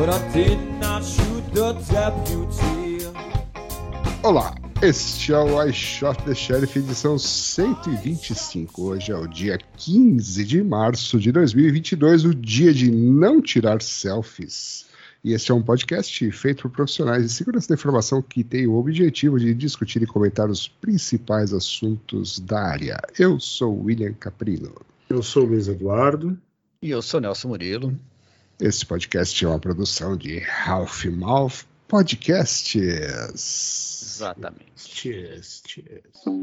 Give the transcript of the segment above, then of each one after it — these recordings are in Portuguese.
but I did not shoot the deputy. Olá, este é o I Shot the Sheriff, edição 125. Hoje é o dia 15 de março de 2022, o dia de não tirar selfies. E este é um podcast feito por profissionais de segurança da informação que tem o objetivo de discutir e comentar os principais assuntos da área. Eu sou o William Caprino. Eu sou o Luiz Eduardo. E eu sou Nelson Murilo. Este podcast é uma produção de Half Mouth Podcasts. Exatamente. Cheers, cheers.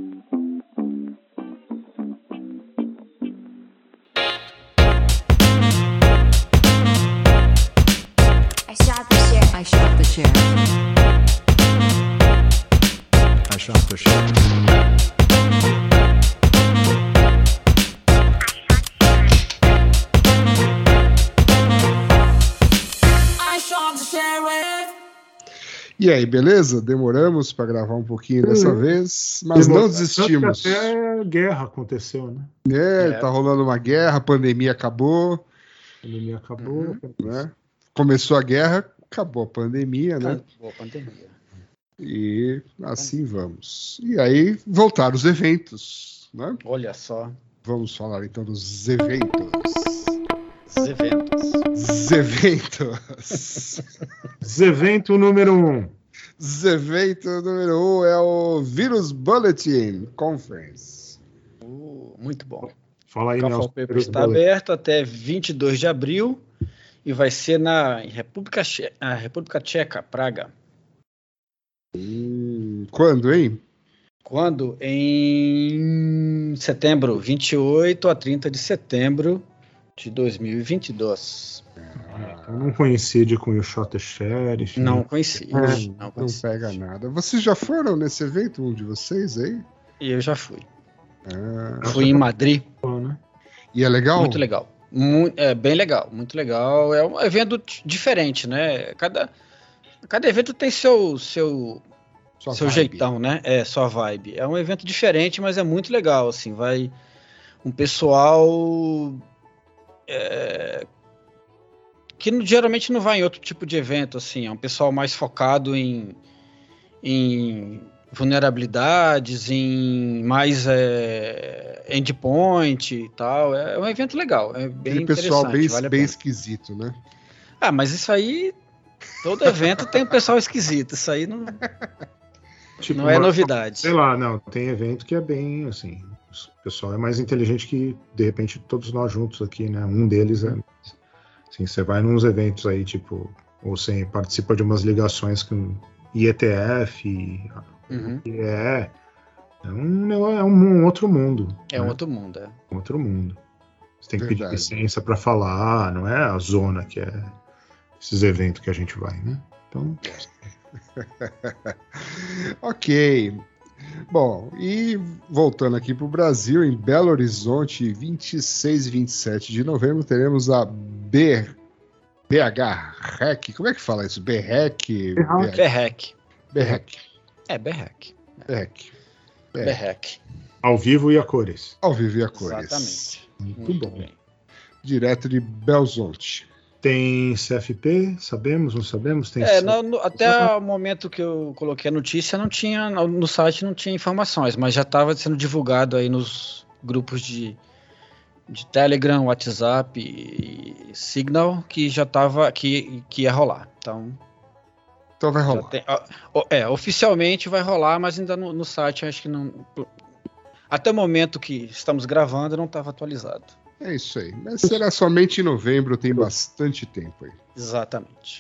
I shot the sheriff. I shot the sheriff. I shot the sheriff. E aí, beleza? Demoramos para gravar um pouquinho dessa vez, mas não desistimos. Até guerra aconteceu, né? Tá rolando uma guerra, a pandemia acabou. A pandemia acabou. Né? Começou a guerra, acabou a pandemia, né? Acabou a pandemia. E assim vamos. E aí voltaram os eventos, né? Olha só. Vamos falar então dos eventos. Os eventos. Evento número 1. Evento número 1 é o Virus Bulletin Conference. Muito bom. Fala aí, O Nelson. Call Paper está aberto até 22 de abril e vai ser na República Tcheca, Praga. Quando, hein? Quando? Em setembro, 28 a 30 de setembro de 2022. Eu não conhecia de cunho Shot the Sheriff. Não conhecia. Não pega nada. Vocês já foram nesse evento, um de vocês aí? Eu já fui. Fui em Madrid. Né? E é legal? Muito legal. É bem legal, muito legal. É um evento diferente, né? Cada evento tem seu jeitão, né? Sua vibe. É um evento diferente, mas é muito legal, assim. Vai um pessoal que geralmente não vai em outro tipo de evento, assim. É um pessoal mais focado em vulnerabilidades, em mais endpoint e tal. É um evento legal, é bem interessante. Pessoal bem, vale bem esquisito, né? Mas isso aí, todo evento tem um pessoal esquisito. Isso aí não é novidade. Sei lá, não. Tem evento que é bem, assim, o pessoal é mais inteligente que, de repente, todos nós juntos aqui, né? Um deles é... Assim, você vai nos eventos aí, tipo... Ou você participa de umas ligações com IETF... É um outro mundo. É um outro mundo, Um outro mundo. Você tem que Verdade. pedir licença para falar, não é a zona que é esses eventos que a gente vai, né? Então. Ok. Bom, e voltando aqui para o Brasil, em Belo Horizonte, 26 e 27 de novembro, teremos a BH REC. Como é que fala isso? BREC? BREC. BREC. BREC. BREC. Ao vivo e a cores. Ao vivo e a cores. Exatamente. Muito bom. bem. Direto de Belzonte. Tem CFP? Sabemos? Não sabemos? Tem até o momento que eu coloquei a notícia, não tinha, no site não tinha informações, mas já estava sendo divulgado aí nos grupos de Telegram, WhatsApp e Signal, que já estava, que ia rolar. Então vai rolar. Oficialmente vai rolar, mas ainda no site acho que não. Até o momento que estamos gravando não estava atualizado. É isso aí. Mas será somente em novembro, tem bastante tempo aí. Exatamente.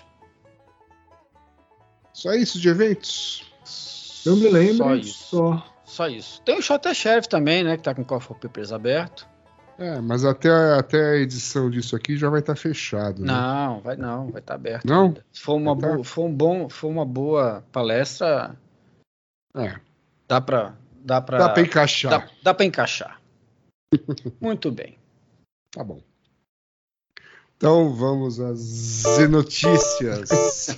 Só isso de eventos? Eu me lembro. Só isso. Tem o Shot the Sheriff também, né? Que tá com o Call for Papers aberto. Mas até a edição disso aqui já vai estar fechado. Né? Vai estar aberto. Não? Ainda. Se for uma boa palestra, dá para encaixar. Dá para encaixar. Muito bem. Tá bom. Então vamos às notícias.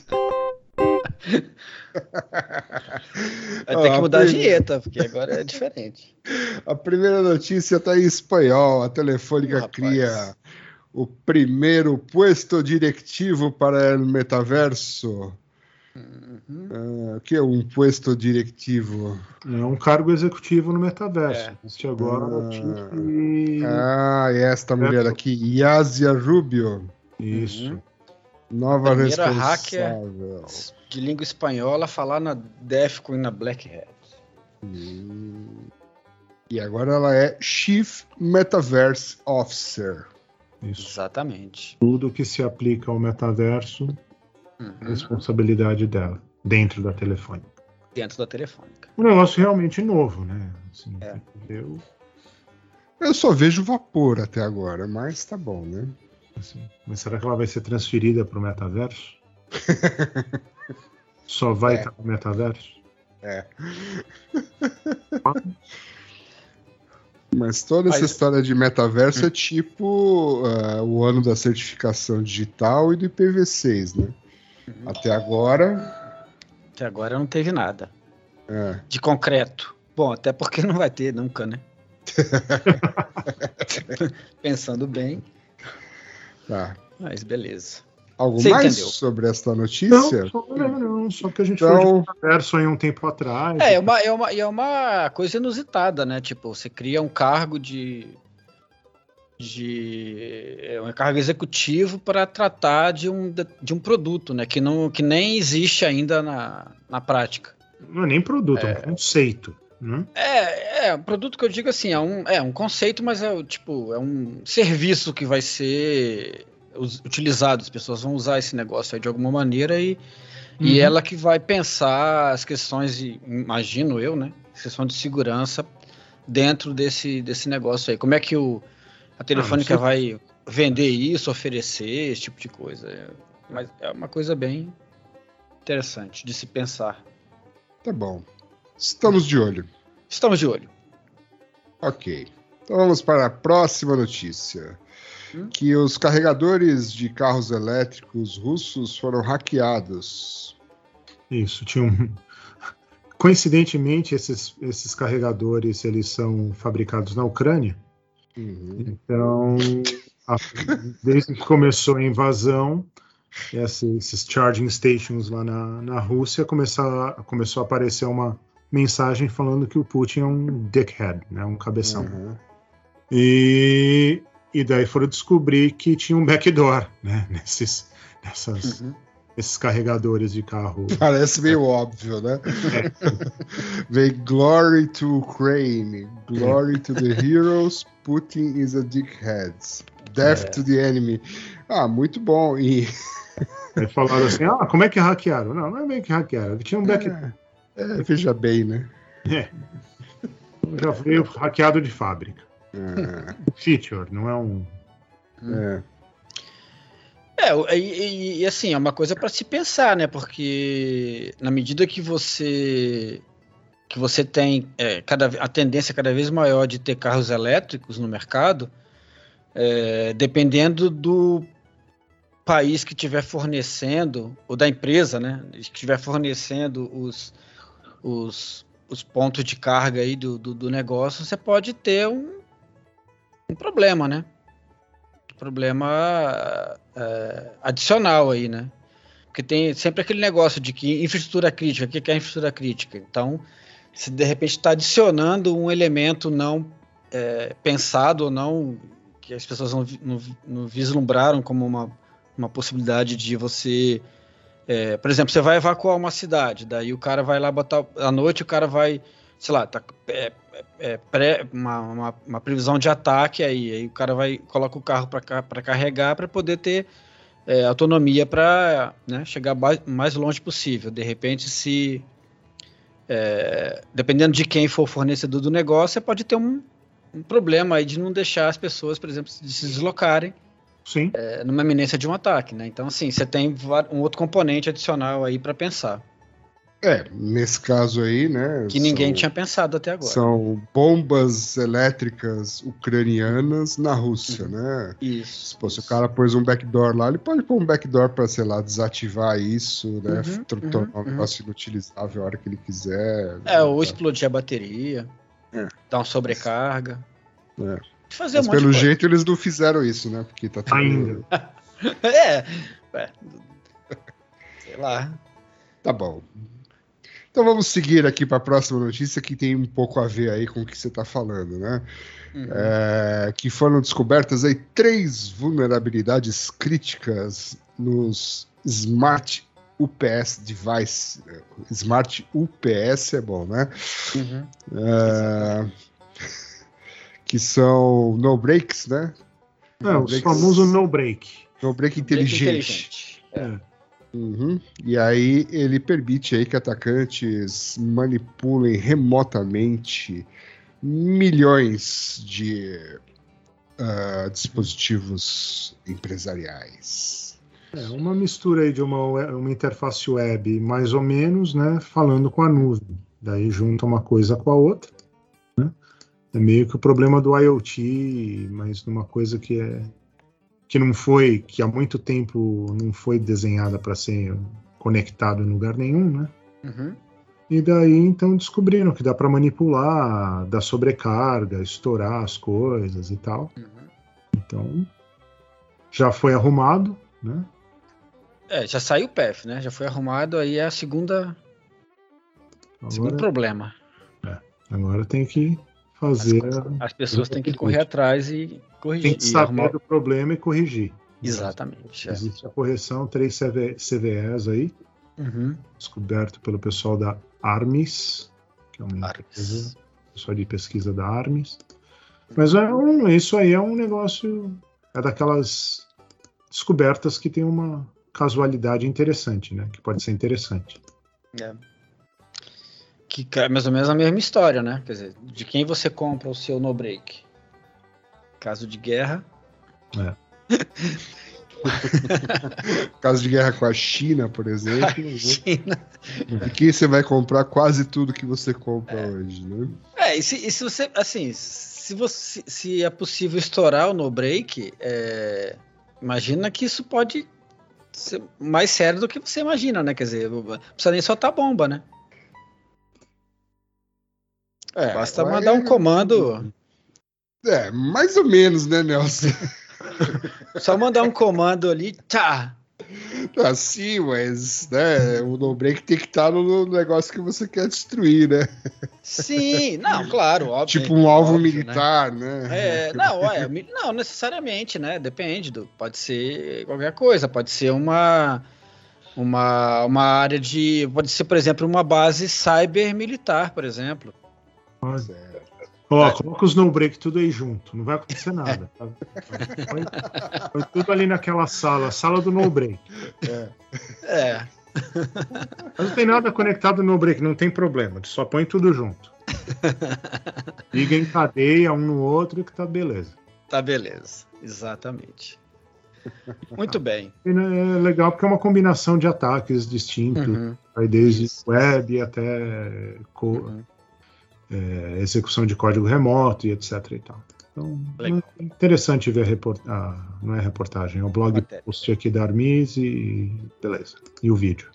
Vai ter que mudar a vinheta, porque agora é diferente. A primeira notícia está em espanhol. A Telefônica cria o primeiro puesto directivo para o metaverso. O que é um puesto directivo? É um cargo executivo no metaverso. Este agora e esta mulher aqui, Yassia Rubio. Isso. Nova primeira responsável. hacker de língua espanhola a falar na Defcon e na Black Hat. E agora ela é Chief Metaverse Officer. Isso. Exatamente. Tudo que se aplica ao metaverso é responsabilidade dela, dentro da Telefônica. Dentro da Telefônica. Um negócio realmente novo, né? Assim, Eu só vejo vapor até agora, mas tá bom, né? Assim, mas será que ela vai ser transferida para o metaverso? Só vai estar no metaverso? Mas toda essa história de metaverso é tipo o ano da certificação digital e do IPv6, né? Até agora não teve nada de concreto. Bom, até porque não vai ter nunca, né? Pensando bem. Tá. Mas beleza. Algo Você mais entendeu? sobre esta notícia? Não, só que a gente foi de metaverso aí um tempo atrás. É uma coisa inusitada, né? Tipo, você cria um cargo um cargo executivo para tratar de um produto, né? Que nem existe ainda na prática. Não é nem produto, é um conceito. Né? Um produto que eu digo assim, é um conceito, mas é um serviço que vai ser utilizado. As pessoas vão usar esse negócio aí de alguma maneira e ela que vai pensar as questões, imagino eu, né? Questão de segurança dentro desse negócio aí. Como é que a Telefônica vai vender isso, oferecer esse tipo de coisa? Mas é uma coisa bem interessante de se pensar. Tá bom. Estamos de olho. Estamos de olho. Ok. Então vamos para a próxima notícia. Que os carregadores de carros elétricos russos foram hackeados. Isso, coincidentemente, esses carregadores, eles são fabricados na Ucrânia. Então, desde que começou a invasão, esses charging stations lá na Rússia, começou a aparecer uma mensagem falando que o Putin é um dickhead, né, um cabeção. E daí foram descobrir que tinha um backdoor, né, esses carregadores de carro. Parece meio óbvio, né? Vem glory to Ukraine, glory to the heroes, Putin is a dickhead, death to the enemy. Muito bom. E aí falaram assim, como é que hackearam? Não é bem que hackearam, tinha um backdoor. Veja bem, né? Já veio hackeado de fábrica. Feature, não é um... E assim, é uma coisa para se pensar, né? Porque na medida que você tem a tendência cada vez maior de ter carros elétricos no mercado, dependendo do país que estiver fornecendo, ou da empresa, né? Que estiver fornecendo os pontos de carga aí do negócio, você pode ter um problema, né? Problema adicional aí, né? Porque tem sempre aquele negócio de que infraestrutura crítica, o que é infraestrutura crítica? Então, se de repente está adicionando um elemento não pensado ou não, que as pessoas não vislumbraram como uma possibilidade de você... por exemplo, você vai evacuar uma cidade, daí o cara vai lá botar... À noite o cara vai, sei lá, uma previsão de ataque, aí o cara coloca o carro para carregar para poder ter autonomia para, né, chegar mais longe possível. De repente, dependendo de quem for o fornecedor do negócio, você pode ter um problema aí de não deixar as pessoas, por exemplo, se deslocarem. Sim. Numa iminência de um ataque, né? Então, assim, você tem um outro componente adicional aí para pensar. Nesse caso aí, né? Que ninguém tinha pensado até agora. São bombas elétricas ucranianas na Rússia, né? Isso. Se o cara pôs um backdoor lá, ele pode pôr um backdoor para, sei lá, desativar isso, né? Tornar um negócio inutilizável a hora que ele quiser. Ou explodir a bateria, dar uma sobrecarga. fazer Mas pelo jeito eles não fizeram isso, né? Porque tá tudo... Ainda. Sei lá. Tá bom. Então vamos seguir aqui para a próxima notícia que tem um pouco a ver aí com o que você está falando, né? Que foram descobertas aí 3 vulnerabilidades críticas nos Smart UPS device. Smart UPS é bom, né? Que são no breaks, né? O famoso no break. No break inteligente. E aí ele permite aí que atacantes manipulem remotamente milhões de dispositivos empresariais. Uma mistura aí de uma interface web mais ou menos, né, falando com a nuvem. Daí junta uma coisa com a outra, né? É meio que o problema do IoT, mas numa coisa que há muito tempo não foi desenhada para ser conectado em lugar nenhum, né? E daí então descobriram que dá para manipular, dar sobrecarga, estourar as coisas e tal. Então já foi arrumado, né? Já saiu o PF, né? Já foi arrumado, aí é segundo problema. Agora tem que fazer... As pessoas têm que correr atrás e corrigir. Tem que saber do problema e corrigir. Exatamente. Existe a correção, 3 CVEs aí, descoberto pelo pessoal da Armis, que é uma empresa, pessoal de pesquisa da Armis. Mas isso aí é um negócio, é daquelas descobertas que tem uma casualidade interessante, né? Que pode ser interessante. Que é mais ou menos a mesma história, né? Quer dizer, de quem você compra o seu no break? Caso de guerra. Caso de guerra com a China, por exemplo. E que você vai comprar quase tudo que você compra hoje, né? E se você, assim, se é possível estourar o no break, imagina que isso pode ser mais sério do que você imagina, né? Quer dizer, não precisa nem soltar bomba, né? Basta mandar um comando. Mais ou menos, né, Nelson? Só mandar um comando ali, tá. Sim, mas né, o no-break tem que estar no negócio que você quer destruir, né? Sim, não, claro, óbvio. Tipo um alvo militar, né? Não necessariamente, né? Depende pode ser qualquer coisa, pode ser uma área pode ser, por exemplo, uma base cyber militar, por exemplo. Coloca os no-break tudo aí junto, não vai acontecer nada. Foi tudo ali naquela sala do no-break. Mas não tem nada conectado no no-break, não tem problema, só põe tudo junto. Liga em cadeia um no outro que tá beleza. Tá beleza, exatamente. Muito bem. É legal porque é uma combinação de ataques distintos, vai desde web até execução de código remoto e etc. e tal. Então, é interessante ver não é reportagem, é o blog post aqui da Armis e beleza. E o vídeo.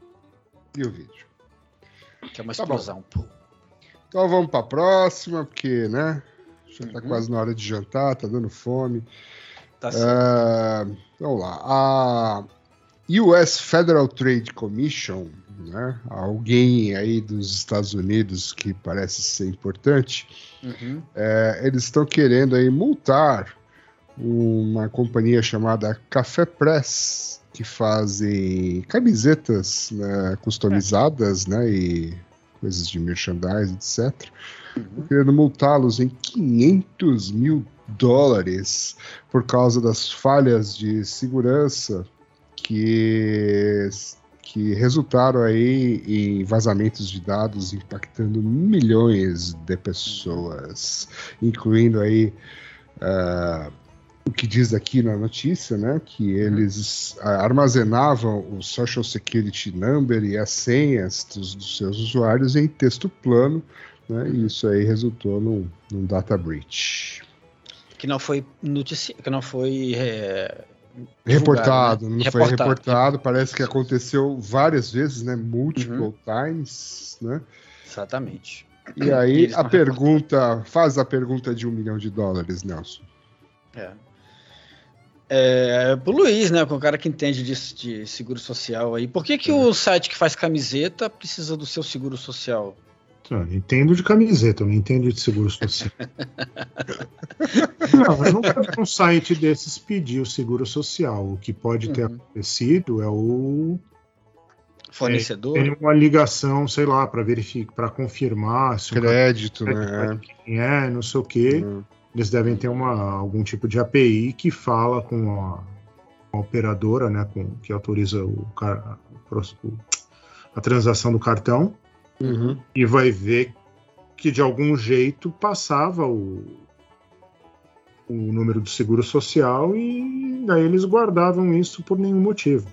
Que é uma explosão. Então vamos para a próxima, porque, né? Já tá quase na hora de jantar, tá dando fome. Tá certo. Vamos lá. A US Federal Trade Commission, né? Alguém aí dos Estados Unidos que parece ser importante, eles estão querendo aí multar uma companhia chamada Café Press, que fazem camisetas, né, customizadas, né, e coisas de merchandising, etc. Estão querendo multá-los em $500 mil por causa das falhas de segurança que resultaram aí em vazamentos de dados impactando milhões de pessoas, incluindo aí o que diz aqui na notícia, né, que eles armazenavam o Social Security Number e as senhas dos seus usuários em texto plano, né, e isso aí resultou num data breach. Que não foi reportado, né? Foi reportado, parece que aconteceu várias vezes, né, multiple times, né? Exatamente. E aí faz a pergunta de $1 milhão, Nelson. Pro Luiz, né? Com o cara que entende de seguro social aí. Por que o site que faz camiseta precisa do seu seguro social? Eu entendo de camiseta, eu não entendo de seguro social. Não, eu nunca vi um site desses pedir o seguro social. O que pode ter acontecido é o fornecedor. Tem uma ligação, sei lá, para verificar, para confirmar se crédito, né? Quem não sei o quê. Eles devem ter algum tipo de API que fala com a operadora, né, que autoriza a transação do cartão, e vai ver que de algum jeito passava o número do seguro social e daí eles guardavam isso por nenhum motivo.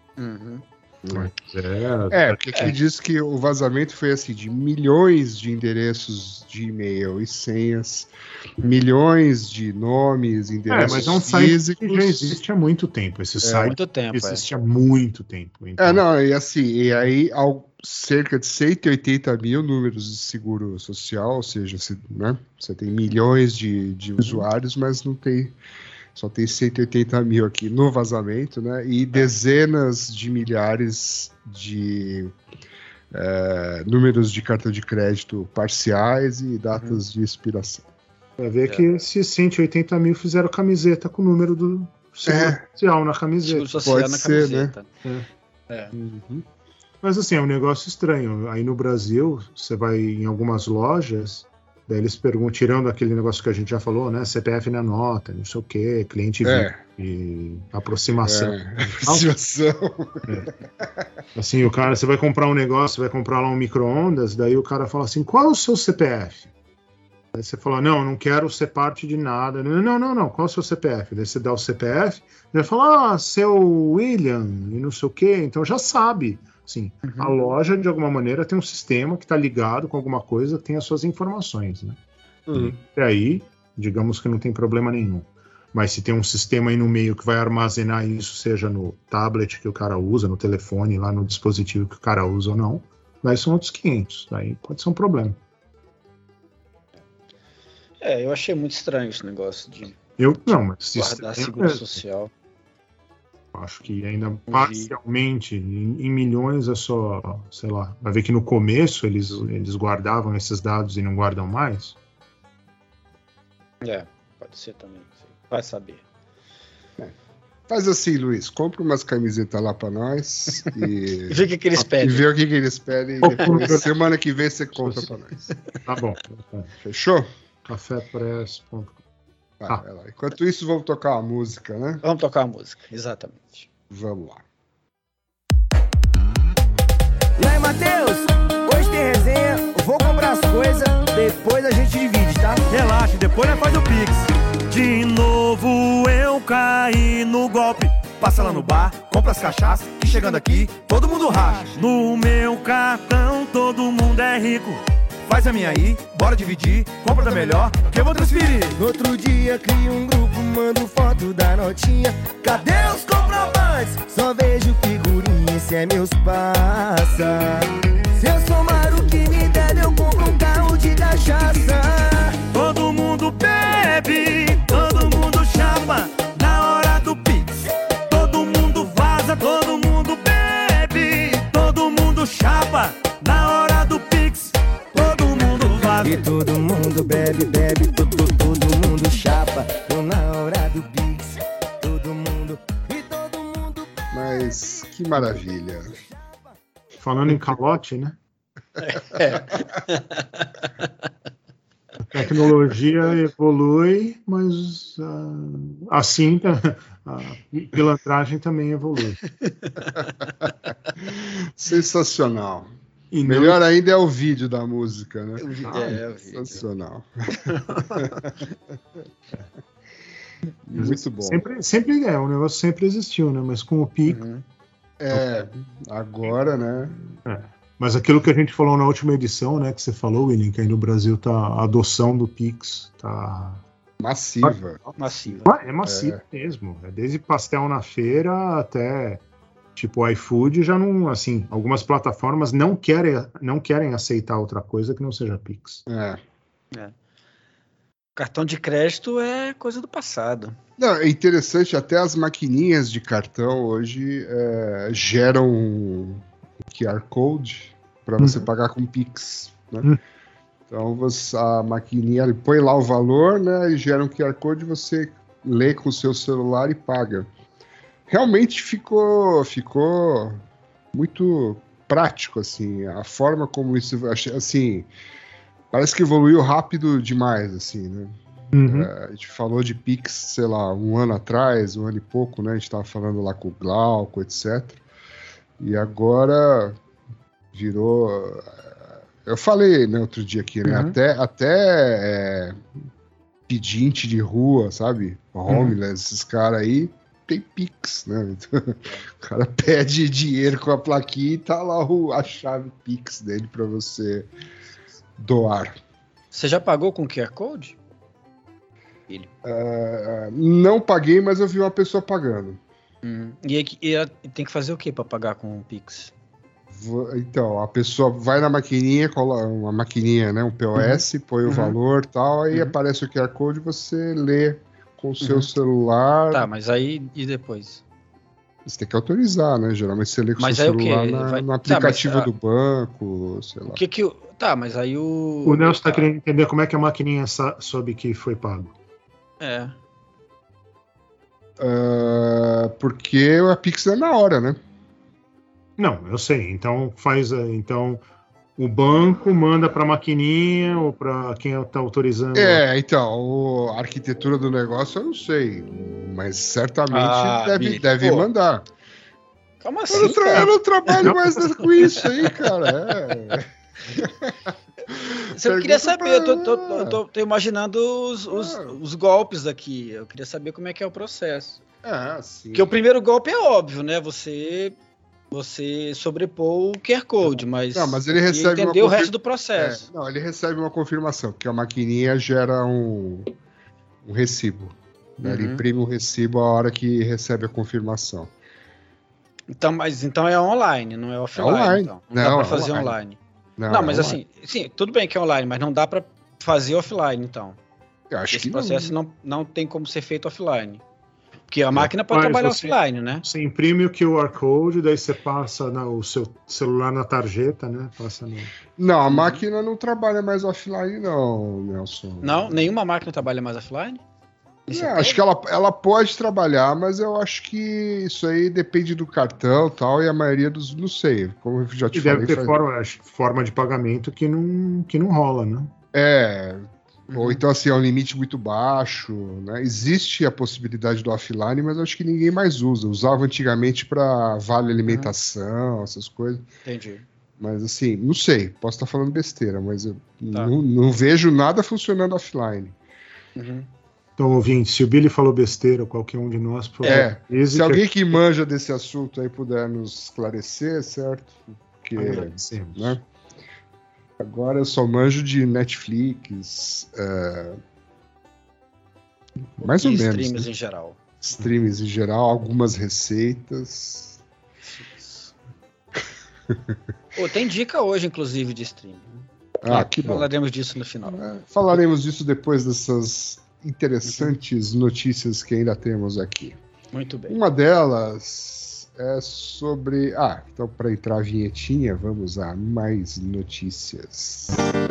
Porque aqui diz que o vazamento foi assim, de milhões de endereços de e-mail e senhas, milhões de nomes, endereços mas é um site que já existe há muito tempo. Esse site existe há muito tempo. Então. E aí cerca de 180 mil números de seguro social, ou seja, você tem milhões de usuários, mas não tem... Só tem 180 mil aqui no vazamento, né? E dezenas de milhares de números de cartão de crédito parciais e datas de expiração. Vai ver que esses 180 mil fizeram camiseta com o número do seguro social na camiseta. Seguro social Pode na ser, camiseta. né? Mas assim, é um negócio estranho. Aí no Brasil, você vai em algumas lojas... Daí eles perguntam, tirando aquele negócio que a gente já falou, né? CPF na nota, não sei o quê, cliente e aproximação. Aproximação. Assim, o cara, você vai comprar um negócio, vai comprar lá um micro-ondas, daí o cara fala assim, qual é o seu CPF? Aí você fala, não quero ser parte de nada. Não, qual é o seu CPF? Daí você dá o CPF, ele fala, seu William, e não sei o quê, então já sabe. Sim, a loja, de alguma maneira, tem um sistema que está ligado com alguma coisa que tem as suas informações, né? E aí, digamos que não tem problema nenhum. Mas se tem um sistema aí no meio que vai armazenar isso, seja no tablet que o cara usa, no telefone, lá no dispositivo que o cara usa ou não, daí são outros 500. Daí pode ser um problema. Eu achei muito estranho esse negócio de mas guardar seguro social. Acho que ainda parcialmente, em milhões é só, sei lá, vai ver que no começo eles guardavam esses dados e não guardam mais? Pode ser também, vai saber. Faz assim, Luiz, compra umas camisetas lá pra nós e... Vê o que eles pedem. E vê o que eles pedem e depois, semana que vem você conta pra nós. Tá bom. Fechou? cafépress.com. Vai lá. Enquanto isso, vamos tocar uma música, né? Vamos tocar uma música, exatamente. Vamos lá. E aí, Matheus? Hoje tem resenha, vou comprar as coisas, depois a gente divide, tá? Relaxa, depois nós faz o Pix. De novo eu caí no golpe. Passa lá no bar, compra as cachaças, e chegando aqui, todo mundo racha. No meu cartão, todo mundo é rico. Faz a minha aí, bora dividir, compra da melhor, que eu vou transferir. No outro dia crio um grupo, mando foto da notinha. Cadê os comprovantes? Só vejo figurinha, esse é meus passa. Se eu somar o que me der, eu compro um carro de cachaça. Todo mundo bebe, todo mundo chapa, na hora do Pix. Todo mundo vaza, todo mundo bebe, todo mundo chapa, na hora do Pix. E todo mundo bebe, todo mundo chapa. Ou na hora do Pix, todo mundo Mas que maravilha. Falando em calote, né? A tecnologia evolui, mas assim a pilantragem também evolui. Sensacional. E melhor ainda é o vídeo da música, né? O vídeo. Sensacional. Muito bom. Sempre o negócio sempre existiu, né? Mas com o Pix. Agora, né? Mas aquilo que a gente falou na última edição, né? Que você falou, William, que aí no Brasil a adoção do Pix tá massiva. É massiva mesmo. É desde pastel na feira até tipo o iFood, já não, assim, algumas plataformas não querem aceitar outra coisa que não seja Pix. Cartão de crédito é coisa do passado. Não, é interessante, até as maquininhas de cartão hoje geram um QR Code para você pagar com Pix, né? Então a maquininha põe lá o valor, né, e gera um QR Code, você lê com o seu celular e paga. Realmente ficou muito prático, assim, a forma como isso, assim, parece que evoluiu rápido demais, assim, né? A gente falou de Pix, sei lá, um ano atrás, um ano e pouco, né? A gente estava falando lá com o Glauco, etc. E agora virou... Eu falei, né, outro dia aqui, né? Até pedinte de rua, sabe? Homeless, esses caras aí, tem Pix, né? Então, o cara pede dinheiro com a plaquinha e tá lá a chave Pix dele para você doar. Você já pagou com QR Code? Não paguei, mas eu vi uma pessoa pagando. E tem que fazer o que para pagar com o Pix? Então, a pessoa vai na maquininha, uma maquininha, né, um POS, põe o valor e tal, aí aparece o QR Code, você lê com o seu celular. Tá, mas aí e depois? Você tem que autorizar, né? Geralmente você lê com o seu celular no aplicativo do banco, sei lá. Tá, mas aí o... O Nelson tá querendo entender como é que a maquininha soube que foi pago. Porque a Pix é na hora, né? Não, eu sei. Então então o banco manda para a maquininha ou para quem está autorizando. Então a arquitetura do negócio eu não sei, mas certamente deve mandar. Calma assim, eu não trabalho mais com isso aí, cara. Eu queria saber, eu tô imaginando os golpes aqui. Eu queria saber como é que é o processo. Sim. Porque o primeiro golpe é óbvio, né? Você sobrepor o QR Code, mas ele recebe entender o resto do processo. Ele recebe uma confirmação, porque a maquininha gera um recibo. Né? Ele imprime um recibo a hora que recebe a confirmação. Então é online, não é offline. Online. Então. Não dá pra fazer online. Não, mas online. Assim, sim, tudo bem que é online, mas não dá pra fazer offline, então. Eu acho Esse processo não tem como ser feito offline. Porque a máquina pode trabalhar offline, né? Você imprime o QR Code, daí você passa o seu celular na tarjeta, né? Não, a máquina não trabalha mais offline, não, Nelson. Não? Nenhuma máquina trabalha mais offline? Acho que ela pode trabalhar, mas eu acho que isso aí depende do cartão e tal, e a maioria dos... Não sei, como eu já te falei... Deve ter forma de pagamento que não rola, né? Ou então, assim, é um limite muito baixo, né? Existe a possibilidade do offline, mas eu acho que ninguém mais usa. Usava antigamente para vale alimentação, essas coisas. Entendi. Mas, assim, não sei. Posso estar falando besteira, mas eu não vejo nada funcionando offline. Então, ouvinte, se o Billy falou besteira, qualquer um de nós... Se alguém que manja desse assunto aí puder nos esclarecer, certo? Porque, né? Agora eu só manjo de Netflix, mais ou menos. Streams em geral. Streams em geral, algumas receitas. Tem dica hoje, inclusive, de stream. Que bom. Falaremos disso no final. Falaremos disso depois dessas interessantes notícias que ainda temos aqui. Muito bem. Uma delas... é sobre... então para entrar a vinhetinha, vamos a mais notícias.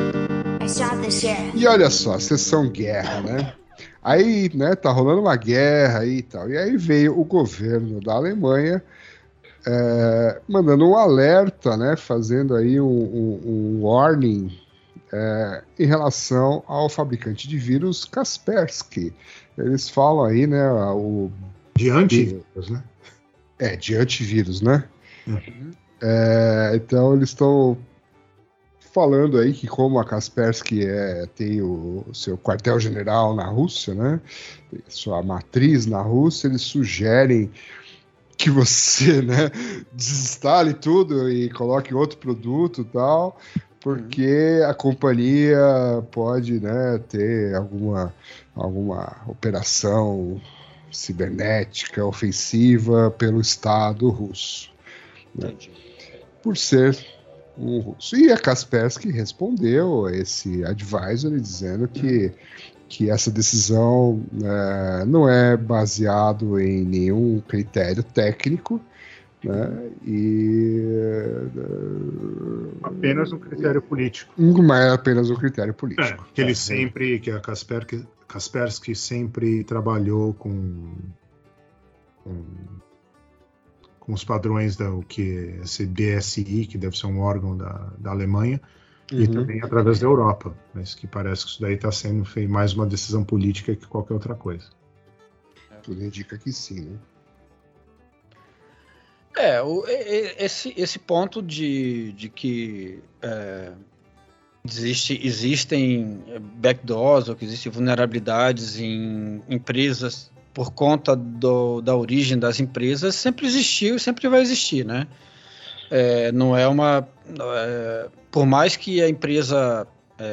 E olha só, sessão guerra, né? Aí, né, tá rolando uma guerra aí e tal. E aí veio o governo da Alemanha mandando um alerta, né? Fazendo aí um warning em relação ao fabricante de vírus Kaspersky. Eles falam aí, né? De antivírus, né? De antivírus, né? Então eles estão falando aí que como a Kaspersky tem o seu quartel-general na Rússia, né? Sua matriz na Rússia, eles sugerem que você, né, desinstale tudo e coloque outro produto e tal, porque a companhia pode, né, ter alguma operação cibernética ofensiva pelo Estado russo, né? Por ser um russo. E a Kaspersky respondeu a esse advisory dizendo que que essa decisão não é baseado em nenhum critério técnico, né, apenas um critério político. Mas é apenas um critério político. Que a Kaspersky sempre trabalhou com os padrões esse BSI, que deve ser um órgão da Alemanha, e também através da Europa, mas que parece que isso daí está sendo mais uma decisão política que qualquer outra coisa. Tudo indica que sim, né? Esse ponto de que existem backdoors, ou que existem vulnerabilidades em empresas por conta da origem das empresas, sempre existiu e sempre vai existir, né? Não é uma... por mais que a empresa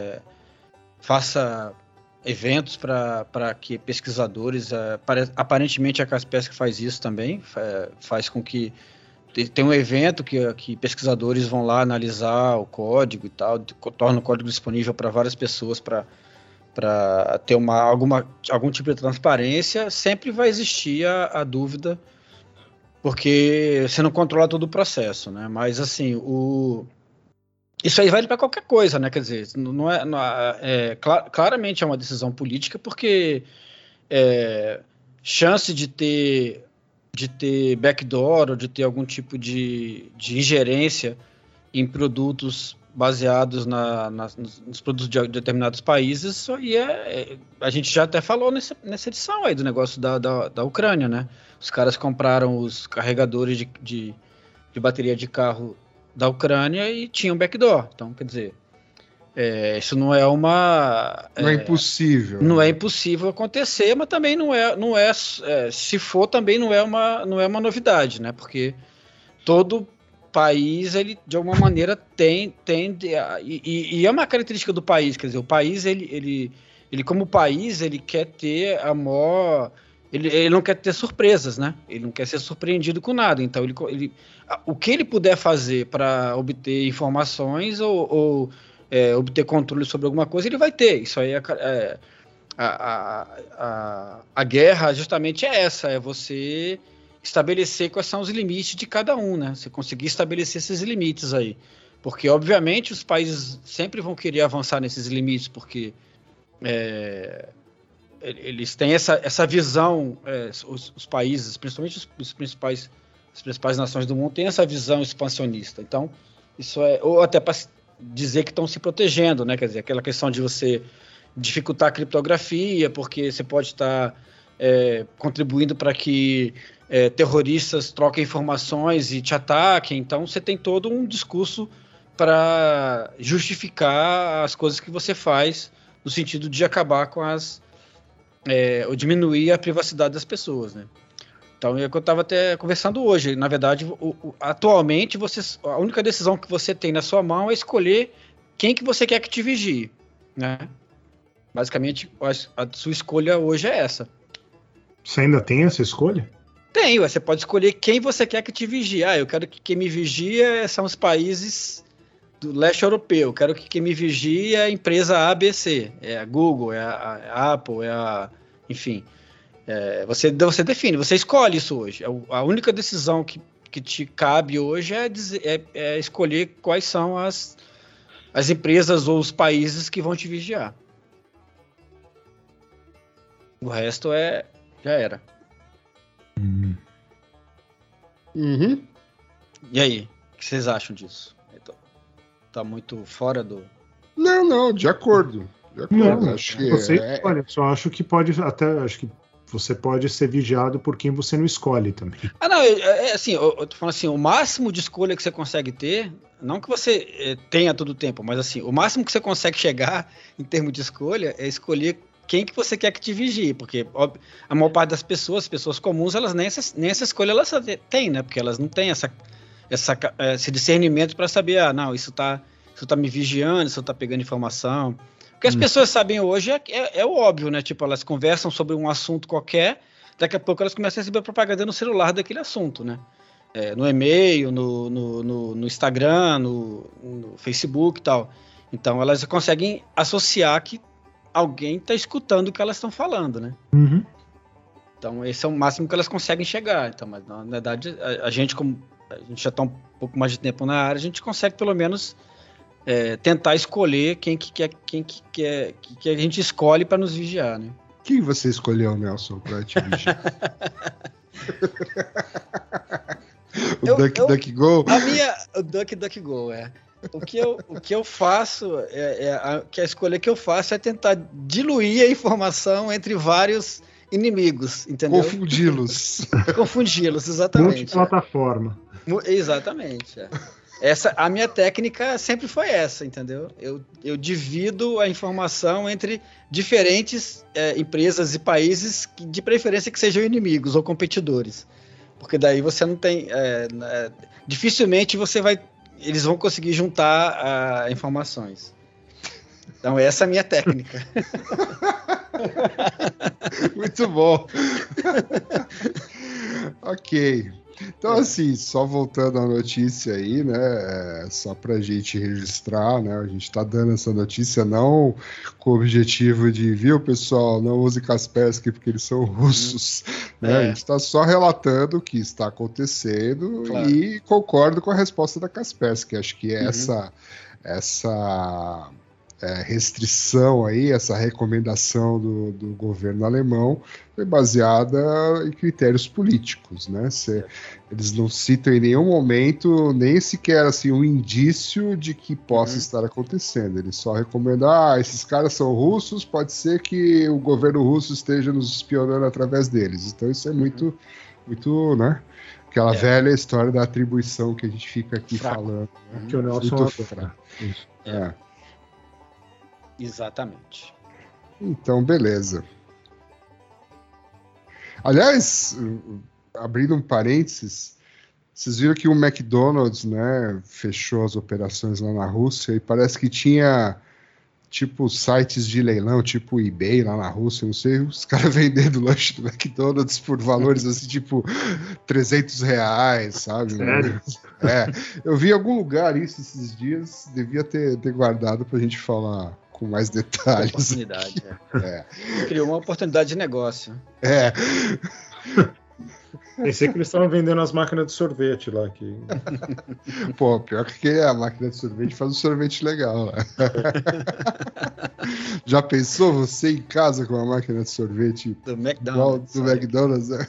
faça eventos para que pesquisadores... aparentemente a Kaspersky faz isso também, faz com que tem um evento que pesquisadores vão lá analisar o código e tal, torna o código disponível para várias pessoas para ter algum tipo de transparência. Sempre vai existir a dúvida, porque você não controla todo o processo, né? Mas assim, isso aí vale para qualquer coisa, né? Quer dizer, claramente é uma decisão política, porque chance de ter backdoor ou de ter algum tipo de ingerência em produtos baseados nos produtos de determinados países. Isso aí a gente já até falou nessa edição aí do negócio da Ucrânia, né? Os caras compraram os carregadores de bateria de carro da Ucrânia e tinham backdoor. Então, quer dizer, isso não é uma... Não é impossível. Não é impossível acontecer, mas também não é se for, também não é uma novidade, né? Porque todo país, ele de alguma maneira tende a... E é uma característica do país, quer dizer, o país, ele como país, ele quer ter a maior... Ele não quer ter surpresas, né? Ele não quer ser surpreendido com nada. Então, o que ele puder fazer para obter informações ou obter controle sobre alguma coisa, ele vai ter. Isso aí a guerra justamente é essa, é você estabelecer quais são os limites de cada um, né? Você conseguir estabelecer esses limites aí. Porque, obviamente, os países sempre vão querer avançar nesses limites, porque eles têm essa visão, os países, principalmente as principais nações do mundo, têm essa visão expansionista. Então, isso ou até para dizer que estão se protegendo, né? Quer dizer, aquela questão de você dificultar a criptografia, porque você pode estar contribuindo para que terroristas troquem informações e te ataquem. Então, você tem todo um discurso para justificar as coisas que você faz, no sentido de acabar com ou diminuir a privacidade das pessoas, né? Então, é o que eu estava até conversando hoje. Na verdade, atualmente, a única decisão que você tem na sua mão é escolher quem que você quer que te vigie, né? Basicamente, a sua escolha hoje é essa. Você ainda tem essa escolha? Tem, você pode escolher quem você quer que te vigie. Eu quero que quem me vigia são os países do leste europeu. Eu quero que quem me vigie é a empresa ABC. É a Google, é a Apple, enfim... você define, você escolhe isso hoje. A única decisão que te cabe hoje é escolher quais são as empresas ou os países que vão te vigiar. O resto já era. Uhum. E aí, o que vocês acham disso? Tá muito fora do... Não, de acordo. Não, acho que olha, só acho que pode até... Acho que você pode ser vigiado por quem você não escolhe também. Não, assim, eu tô falando assim, o máximo de escolha que você consegue ter, não que você tenha todo o tempo, mas assim, o máximo que você consegue chegar em termos de escolha é escolher quem que você quer que te vigie, porque a maior parte das pessoas, pessoas comuns, elas nem essa escolha elas têm, né? Porque elas não têm esse discernimento para saber, não, isso tá me vigiando, isso tá pegando informação. O que as pessoas sabem hoje é o óbvio, né? Tipo, elas conversam sobre um assunto qualquer, daqui a pouco elas começam a receber propaganda no celular daquele assunto, né? No e-mail, no Instagram, no Facebook e tal. Então, elas conseguem associar que alguém está escutando o que elas estão falando, né? Uhum. Então, esse é o máximo que elas conseguem chegar. Então, mas na verdade, a gente, como a gente já está um pouco mais de tempo na área, a gente consegue pelo menos tentar escolher quem que a gente escolhe para nos vigiar, né? Quem você escolheu, Nelson, para te vigiar? DuckDuckGo? O DuckDuckGo, O que eu faço, que a escolha que eu faço é tentar diluir a informação entre vários inimigos, entendeu? Confundi-los, exatamente. Multiplataforma. Exatamente. A minha técnica sempre foi essa, entendeu? Eu divido a informação entre diferentes empresas e países, de preferência que sejam inimigos ou competidores. Porque daí você não tem... dificilmente eles vão conseguir juntar informações. Então, essa é a minha técnica. Muito bom. Ok. Então, assim, só voltando à notícia aí, né, só pra gente registrar, né, a gente tá dando essa notícia não com o objetivo de, viu, pessoal, não use Kaspersky porque eles são russos, né, a gente tá só relatando o que está acontecendo, claro. E concordo com a resposta da Kaspersky, acho que essa restrição aí, essa recomendação do governo alemão foi baseada em critérios políticos, né? Eles não citam em nenhum momento, nem sequer assim, um indício de que possa estar acontecendo. Eles só recomendam, esses caras são russos, pode ser que o governo russo esteja nos espionando através deles. Então isso é muito, né? Aquela velha história da atribuição que a gente fica aqui falando. Né? Que o Nelson muito fraco. Exatamente. Então, beleza. Aliás, abrindo um parênteses, vocês viram que o McDonald's, né, fechou as operações lá na Rússia e parece que tinha tipo sites de leilão, tipo eBay lá na Rússia, não sei, os caras vendendo lanche do McDonald's por valores assim, tipo R$300, sabe? Sério? Eu vi em algum lugar isso esses dias, devia ter guardado pra gente falar com mais detalhes. Oportunidade, Criou uma oportunidade de negócio. Pensei que eles estavam vendendo as máquinas de sorvete lá. Pô, pior que a máquina de sorvete faz um sorvete legal. Né? Já pensou você em casa com uma máquina de sorvete do McDonald's? Do McDonald's, né?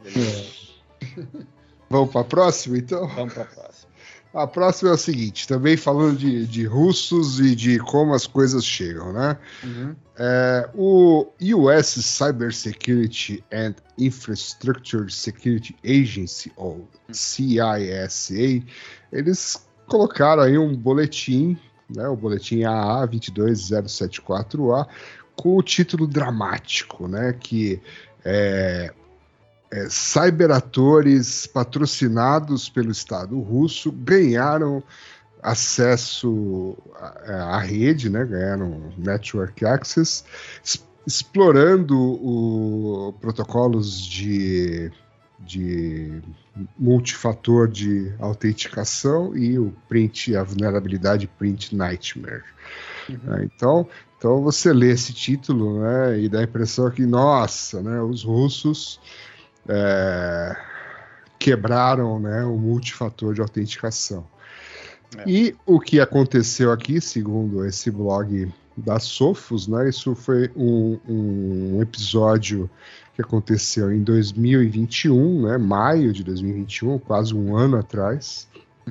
Vamos para a próxima, então? Vamos para a próxima. A próxima é o seguinte, também falando de russos e de como as coisas chegam, né? O US Cybersecurity and Infrastructure Security Agency, ou CISA, eles colocaram aí um boletim, né, o boletim AA 22074A, com o título dramático, né, que cyberatores patrocinados pelo Estado russo ganharam acesso à rede, né, ganharam network access, explorando protocolos de multifator de autenticação e a vulnerabilidade Print Nightmare. Então você lê esse título, né, e dá a impressão que, nossa, né, os russos quebraram, né, o multifator de autenticação. E o que aconteceu aqui, segundo esse blog da Sophos, né, isso foi um episódio que aconteceu em 2021, né, maio de 2021, quase um ano atrás.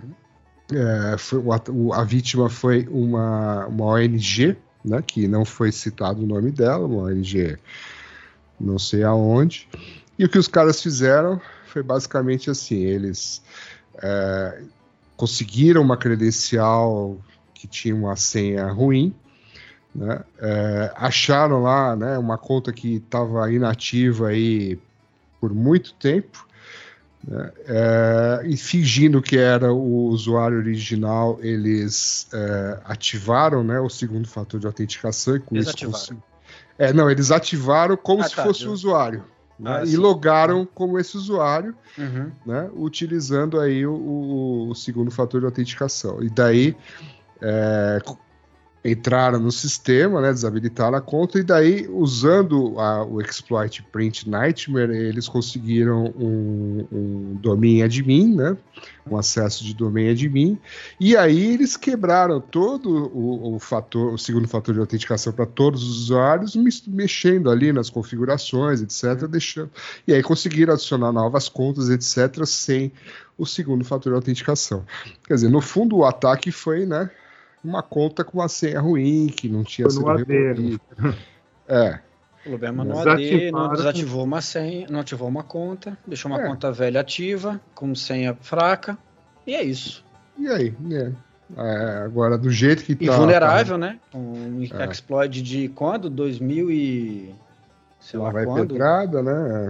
A vítima foi uma ONG, né, que não foi citado o nome dela, uma ONG não sei aonde. E o que os caras fizeram foi basicamente assim, eles conseguiram uma credencial que tinha uma senha ruim, né? Acharam lá, né, uma conta que estava inativa aí por muito tempo, né? E fingindo que era o usuário original, eles ativaram, né, o segundo fator de autenticação. E com eles ativaram como se fosse o usuário. Né, e logaram como esse usuário, né, utilizando aí o segundo fator de autenticação. E daí entraram no sistema, né, desabilitaram a conta, e daí, usando o exploit Print Nightmare, eles conseguiram um domain admin, né, um acesso de domain admin, e aí eles quebraram todo o segundo fator de autenticação para todos os usuários, mexendo ali nas configurações, etc., deixando, e aí conseguiram adicionar novas contas, etc., sem o segundo fator de autenticação. Quer dizer, no fundo, o ataque foi, né, uma conta com uma senha ruim, que não tinha sido removida. O problema no AD, não desativou uma senha, não ativou uma conta, deixou uma conta velha ativa, com senha fraca, e é isso. E aí, agora, do jeito que tá... E vulnerável, né? Um exploit de quando? 2000 e... sei lá vai quando. Pedrada, né?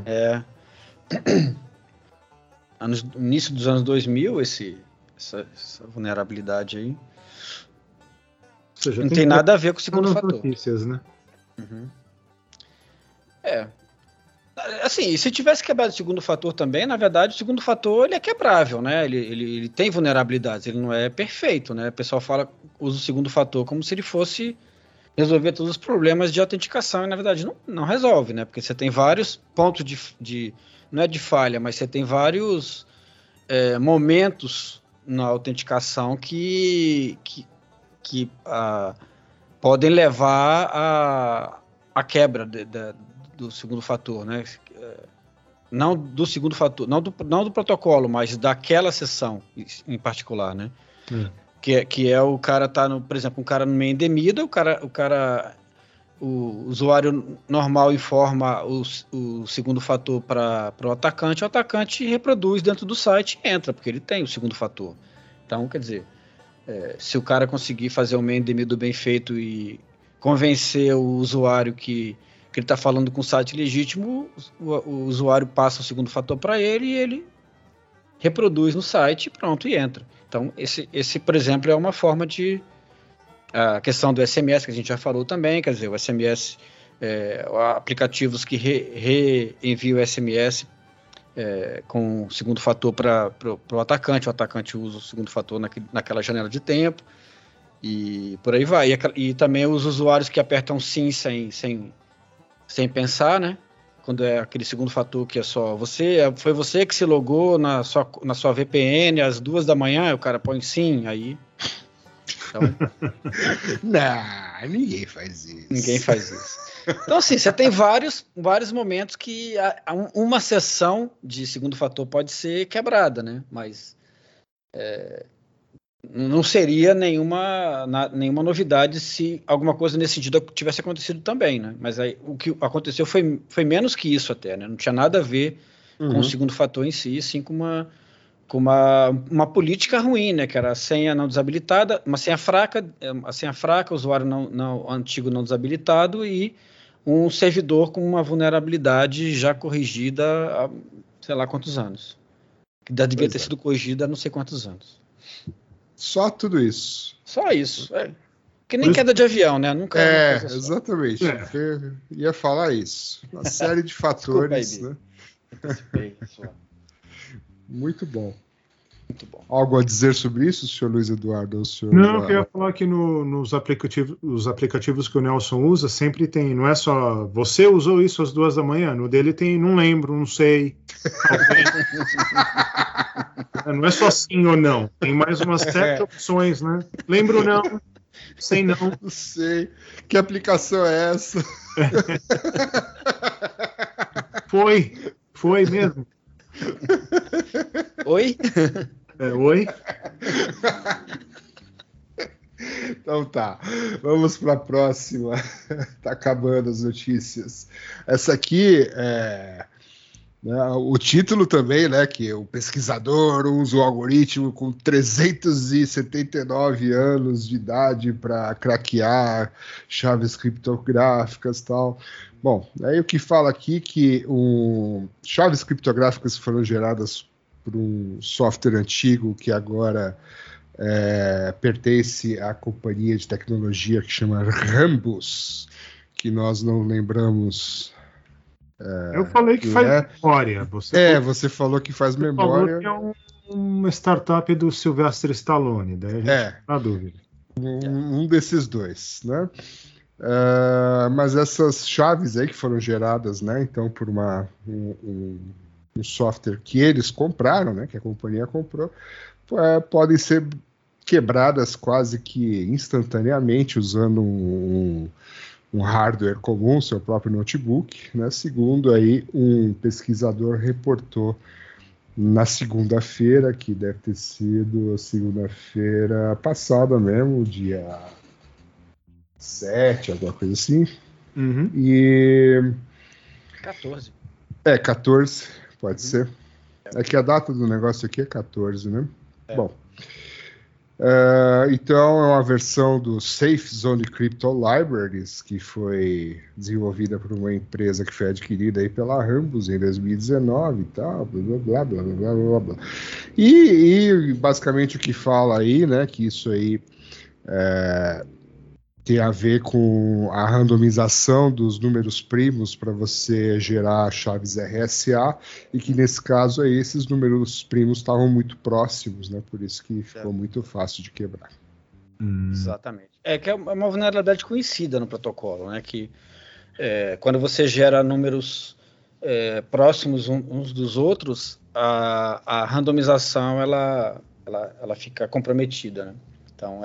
Início dos anos 2000, essa vulnerabilidade aí. Seja, não tem nada a ver com o segundo fator. Notícias, né? Assim, se tivesse quebrado o segundo fator também, na verdade, o segundo fator ele é quebrável, né? Ele tem vulnerabilidades, ele não é perfeito, né? O pessoal usa o segundo fator como se ele fosse resolver todos os problemas de autenticação, e na verdade não resolve, né? Porque você tem vários pontos de não é de falha, mas você tem vários momentos na autenticação que podem levar à quebra do segundo fator, né? Não do segundo fator, não do protocolo, mas daquela sessão em particular, né? Que é o cara por exemplo, um cara no main demida, o usuário normal informa o segundo fator para o atacante reproduz dentro do site e entra, porque ele tem o segundo fator. Então, quer dizer, se o cara conseguir fazer o main demida bem feito e convencer o usuário que ele está falando com o site legítimo, o usuário passa o segundo fator para ele e ele reproduz no site, pronto, e entra. Então, esse, por exemplo, é uma forma de... A questão do SMS, que a gente já falou também, quer dizer, o SMS, aplicativos que reenviam o SMS com o segundo fator para o atacante usa o segundo fator naquela janela de tempo, e por aí vai. E também os usuários que apertam sim sem pensar, né? Quando é aquele segundo fator que é só foi você que se logou na sua VPN às 2 da manhã, o cara põe sim, aí... Então... Não, ninguém faz isso. Então, assim, você tem vários momentos que uma sessão de segundo fator pode ser quebrada, né? Mas não seria nenhuma novidade se alguma coisa nesse sentido tivesse acontecido também, né? Mas aí, o que aconteceu foi menos que isso até, né? Não tinha nada a ver com o segundo fator em si, sim com uma política ruim, né? Que era a senha não desabilitada, uma senha fraca, usuário antigo não desabilitado e um servidor com uma vulnerabilidade já corrigida há sei lá quantos anos. Que devia ter sido corrigida há não sei quantos anos. Só tudo isso. Só isso. Que nem queda de avião, né? Nunca exatamente. Eu ia falar isso. Uma série de fatores, né? Muito bom. Muito bom. Algo a dizer sobre isso, senhor Luiz Eduardo? Não, eu queria falar que nos aplicativos que o Nelson usa, sempre tem, não é só você usou isso às 2 da manhã, no dele tem não lembro, não sei. Não é só sim ou não, tem mais umas 7 opções, né? Lembro não, sei não. Não sei. Que aplicação é essa? Foi mesmo. Oi? Oi? Então tá, vamos para a próxima. Tá acabando as notícias. Essa aqui o título também, né, que o pesquisador usa o algoritmo com 379 anos de idade para craquear chaves criptográficas e tal. Bom, aí o que fala aqui que chaves criptográficas foram geradas por um software antigo que agora pertence à companhia de tecnologia que chama Rambus, que nós não lembramos. Eu falei que faz memória. Você falou que faz memória. Falou que é uma startup do Sylvester Stallone, daí a gente tá na dúvida. Um desses dois, né? Mas essas chaves aí que foram geradas, né? Então, por um software que eles compraram, né? Que a companhia comprou, podem ser quebradas quase que instantaneamente usando um hardware comum, seu próprio notebook, né? Segundo aí um pesquisador reportou na segunda-feira, que deve ter sido segunda-feira passada mesmo, dia 7, alguma coisa assim. Uhum. E 14. 14, pode ser. É que a data do negócio aqui é 14, né? Bom. Então é uma versão do Safe Zone Crypto Libraries, que foi desenvolvida por uma empresa que foi adquirida aí pela Rambus em 2019 e tal, blá blá blá blá blá blá. E basicamente o que fala aí, né, que isso aí tem a ver com a randomização dos números primos para você gerar chaves RSA, e que nesse caso aí esses números primos estavam muito próximos, né? Por isso que ficou muito fácil de quebrar. Exatamente. Que é uma vulnerabilidade conhecida no protocolo, né? Que quando você gera números próximos uns dos outros, a randomização ela fica comprometida, né? Então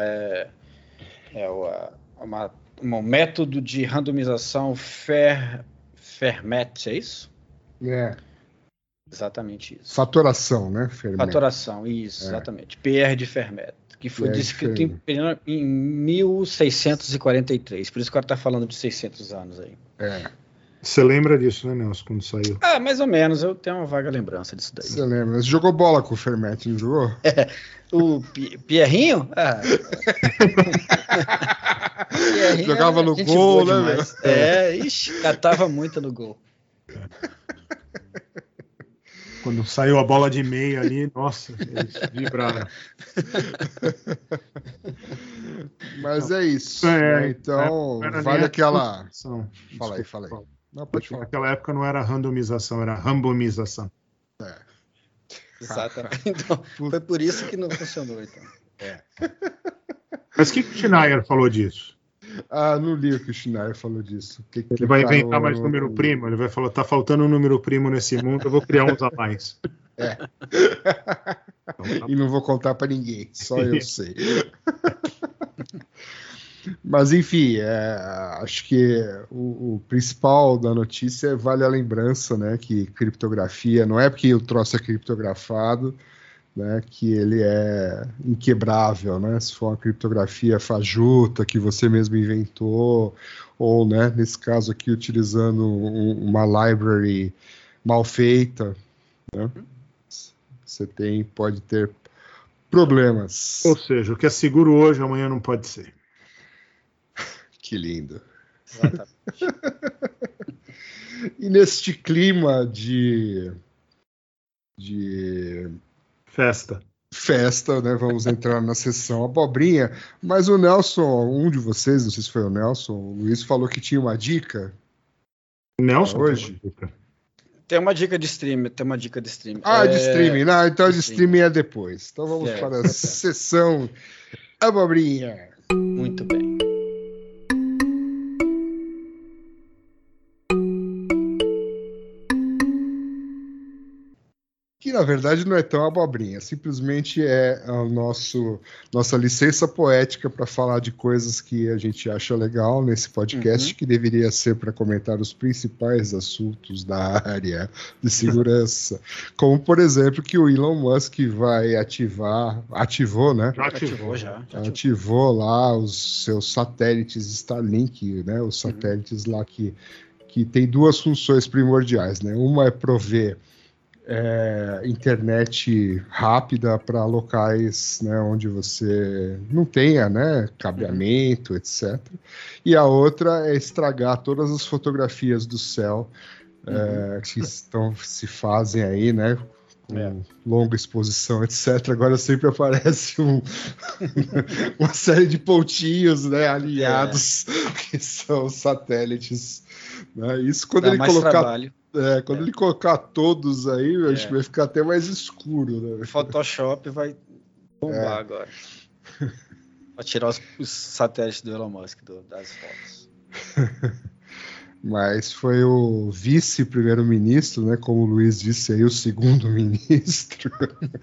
um método de randomização Fermat, é isso? Exatamente isso. Fatoração, né? Fermat. Fatoração, isso, exatamente. PR de Fermat, que foi descrito em 1643, por isso que o cara está falando de 600 anos aí. Você lembra disso, né, Nelson, quando saiu? Mais ou menos, eu tenho uma vaga lembrança disso daí. Você lembra? Você jogou bola com o Fermat, não jogou? O Pierrinho? Pierrinho jogava no gol, né? Catava muito no gol. Quando saiu a bola de meia ali, nossa, eles vibraram. Mas é isso. Né? Então, vale aquela... Fala aí. Não, pode falar. Naquela época não era randomização, era rambomização. Exatamente. Então, foi por isso que não funcionou, então. Mas o que o Schneier falou disso? Não li o que o Schneier falou disso. Ele vai inventar mais número primo, ele vai falar, tá faltando um número primo nesse mundo, eu vou criar uns a mais. E não vou contar para ninguém, só eu sei. Mas enfim, acho que o principal da notícia vale a lembrança, né, que criptografia não é porque o troço é criptografado, né, que ele é inquebrável, né? Se for uma criptografia fajuta que você mesmo inventou, ou, né, nesse caso aqui utilizando uma library mal feita, né, você pode ter problemas. Ou seja, o que é seguro hoje, amanhã não pode ser. Que lindo. Exatamente. E neste clima de festa, né? Vamos entrar na sessão abobrinha. Mas o Nelson, um de vocês, não sei se foi o Nelson, o Luiz falou que tinha uma dica. O Nelson hoje? Tem uma dica de streaming. De streaming. Não, então de streaming é depois. Então vamos para a sessão abobrinha. Muito bem. Que na verdade não é tão abobrinha, simplesmente é a nossa licença poética para falar de coisas que a gente acha legal nesse podcast, que deveria ser para comentar os principais assuntos da área de segurança, como por exemplo que o Elon Musk vai ativou, né? Ativou lá os seus satélites Starlink, né? Os satélites lá que tem duas funções primordiais, né? Uma é prover internet rápida para locais, né, onde você não tenha, né, cabeamento, etc. E a outra é estragar todas as fotografias do céu que se fazem aí, né, com longa exposição, etc. Agora sempre aparece uma série de pontinhos, né, alinhados, que são satélites. Né? Isso quando ele colocar trabalho. Quando ele colocar todos aí, acho que vai ficar até mais escuro. Né? O Photoshop vai bombar agora. Para tirar os satélites do Elon Musk das fotos. Mas foi o vice-primeiro-ministro, né? Como o Luiz disse aí, o segundo-ministro.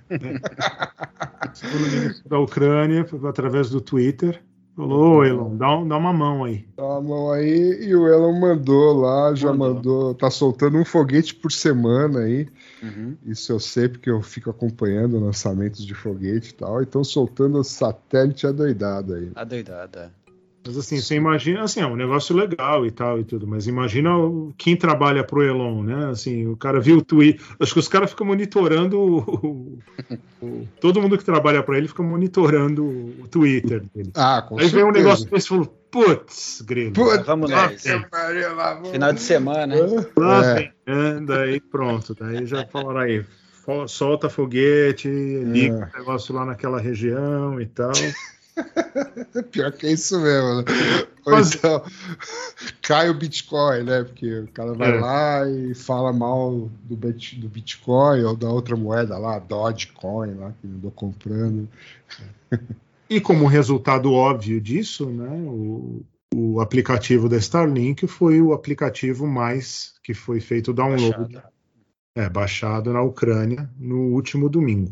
O segundo-ministro da Ucrânia, através do Twitter, falou: ô Elon, dá uma mão aí. Dá uma mão aí, e o Elon mandou lá, mandou, tá soltando um foguete por semana aí. Isso eu sei porque eu fico acompanhando lançamentos de foguete e tal, então soltando o satélite adoidado aí. Adoidado. Mas assim, você imagina, assim, é um negócio legal e tal e tudo, mas imagina quem trabalha pro Elon, né? Assim, o cara viu o tweet, acho que os caras ficam monitorando todo mundo que trabalha para ele fica monitorando o Twitter dele. Com Aí certeza. vem um negócio desse e falou: putz, grilo. Vamos nessa. Final de semana, né? Daí pronto, daí já falaram aí, solta foguete, liga o negócio lá naquela região e tal. Pior que é isso mesmo, né? Ou então cai o Bitcoin, né? Porque o cara vai lá e fala mal do Bitcoin ou da outra moeda lá, Dogecoin, lá, que andou comprando. E como resultado óbvio disso, né? O aplicativo da Starlink foi o aplicativo mais que foi feito download, baixado na Ucrânia no último domingo.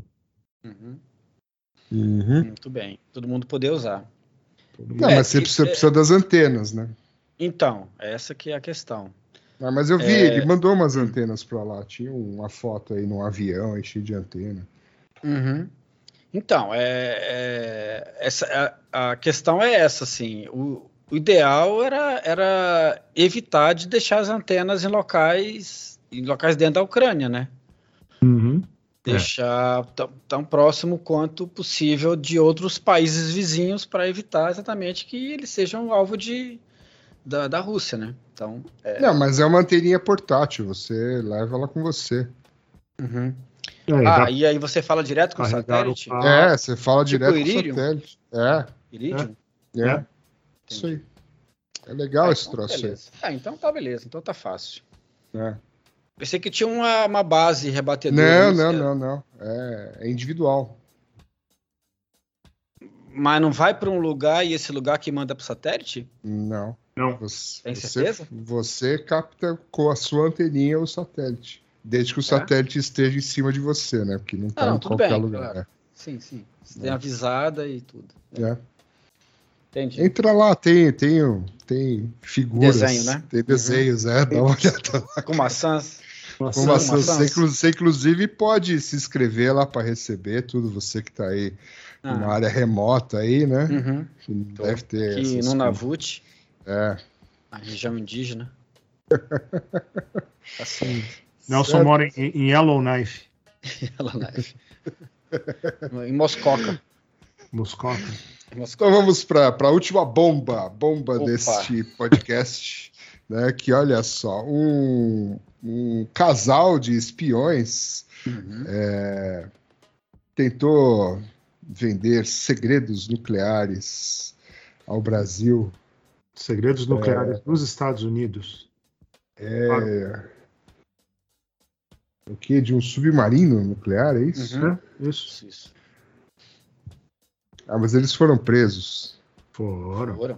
Muito bem. Todo mundo poder usar. Não, mas você precisa das antenas, né? Então, essa que é a questão. Mas eu vi, ele mandou umas antenas para lá. Tinha uma foto aí num avião cheio de antena. Então, a questão é essa, assim. O ideal era evitar de deixar as antenas em locais dentro da Ucrânia, né? Deixar tão próximo quanto possível de outros países vizinhos para evitar exatamente que eles sejam alvo da Rússia, né? Então, Não, mas é uma anteninha portátil, você leva ela com você. E aí você fala direto com o satélite? Você fala direto com o satélite. Iridium? Isso aí. É legal esse troço beleza. aí. Então tá beleza, então tá fácil. Pensei que tinha uma base rebatedora. Não. É individual. Mas não vai para um lugar e esse lugar que manda para o satélite? Não. Tem certeza? Você capta com a sua anteninha o satélite. Desde que o satélite esteja em cima de você, né? Porque não está em qualquer lugar. Claro. Sim. Você tem avisada e tudo. Entendi. Entra lá, tem figuras. Desenho, né? Tem desenhos, dá uma olhada lá. Com maçãs. Você, inclusive, pode se inscrever lá para receber tudo. Você que está aí numa área remota aí, né? Deve ter. Aqui no Navut. A região indígena. Assim. Nelson mora em Yellowknife. Em Moscoca. Então vamos para a última bomba deste podcast, né? Que olha só, um casal de espiões tentou vender segredos nucleares ao Brasil. Segredos nucleares dos Estados Unidos. O que? De um submarino nuclear, é isso? Isso. Mas eles foram presos. Foram.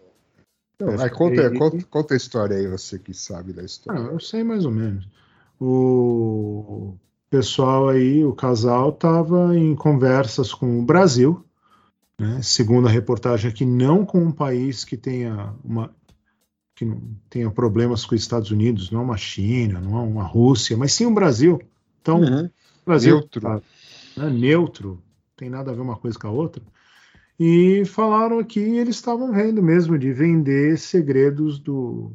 Conta a história aí, você que sabe da história. Eu sei mais ou menos. O pessoal aí, o casal, estava em conversas com o Brasil, né? Segundo a reportagem aqui, não com um país que tenha problemas com os Estados Unidos, não uma China, não uma Rússia, mas sim o Brasil. Então, Brasil neutro. Neutro, não tem nada a ver uma coisa com a outra. E falaram aqui, eles estavam vendo mesmo de vender segredos do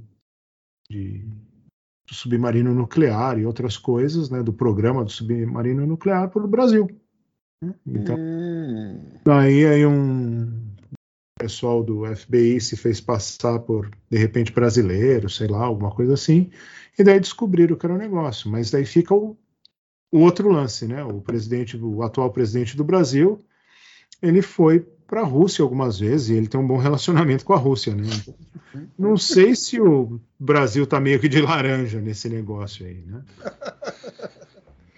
submarino nuclear e outras coisas, né, do programa do submarino nuclear para o Brasil. Então, daí um pessoal do FBI se fez passar por, de repente, brasileiro, sei lá, alguma coisa assim, e daí descobriram que era um negócio. Mas daí fica o outro lance, né? O atual presidente do Brasil, ele foi para a Rússia algumas vezes e ele tem um bom relacionamento com a Rússia, né? Não sei se o Brasil tá meio que de laranja nesse negócio aí, né?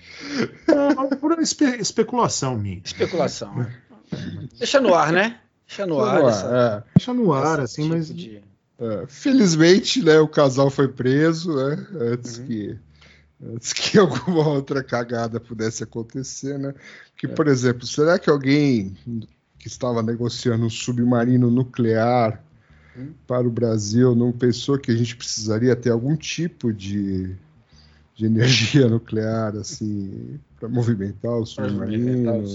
Por especulação minha. Especulação. Deixa no ar, né? Deixa no ar. Deixa no ar, assim, tipo mas... Felizmente, né, o casal foi preso, né, antes que alguma outra cagada pudesse acontecer, né? Que, por exemplo, será que alguém que estava negociando um submarino nuclear para o Brasil não pensou que a gente precisaria ter algum tipo de energia nuclear, assim, para movimentar o submarino?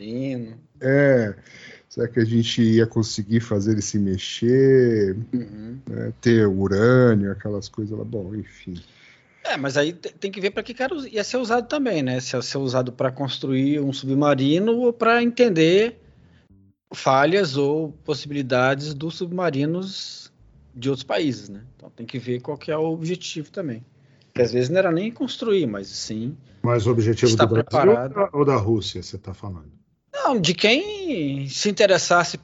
Será que a gente ia conseguir fazer ele se mexer, né, ter urânio, aquelas coisas lá? Bom, enfim. Mas aí tem que ver para que cara ia ser usado também, né? Se ia ser usado para construir um submarino ou para entender falhas ou possibilidades dos submarinos de outros países, né? Então tem que ver qual que é o objetivo também. Porque às vezes não era nem construir, mas sim... Mas o objetivo do Brasil preparado. Ou da Rússia, você está falando? Não, de quem se interessasse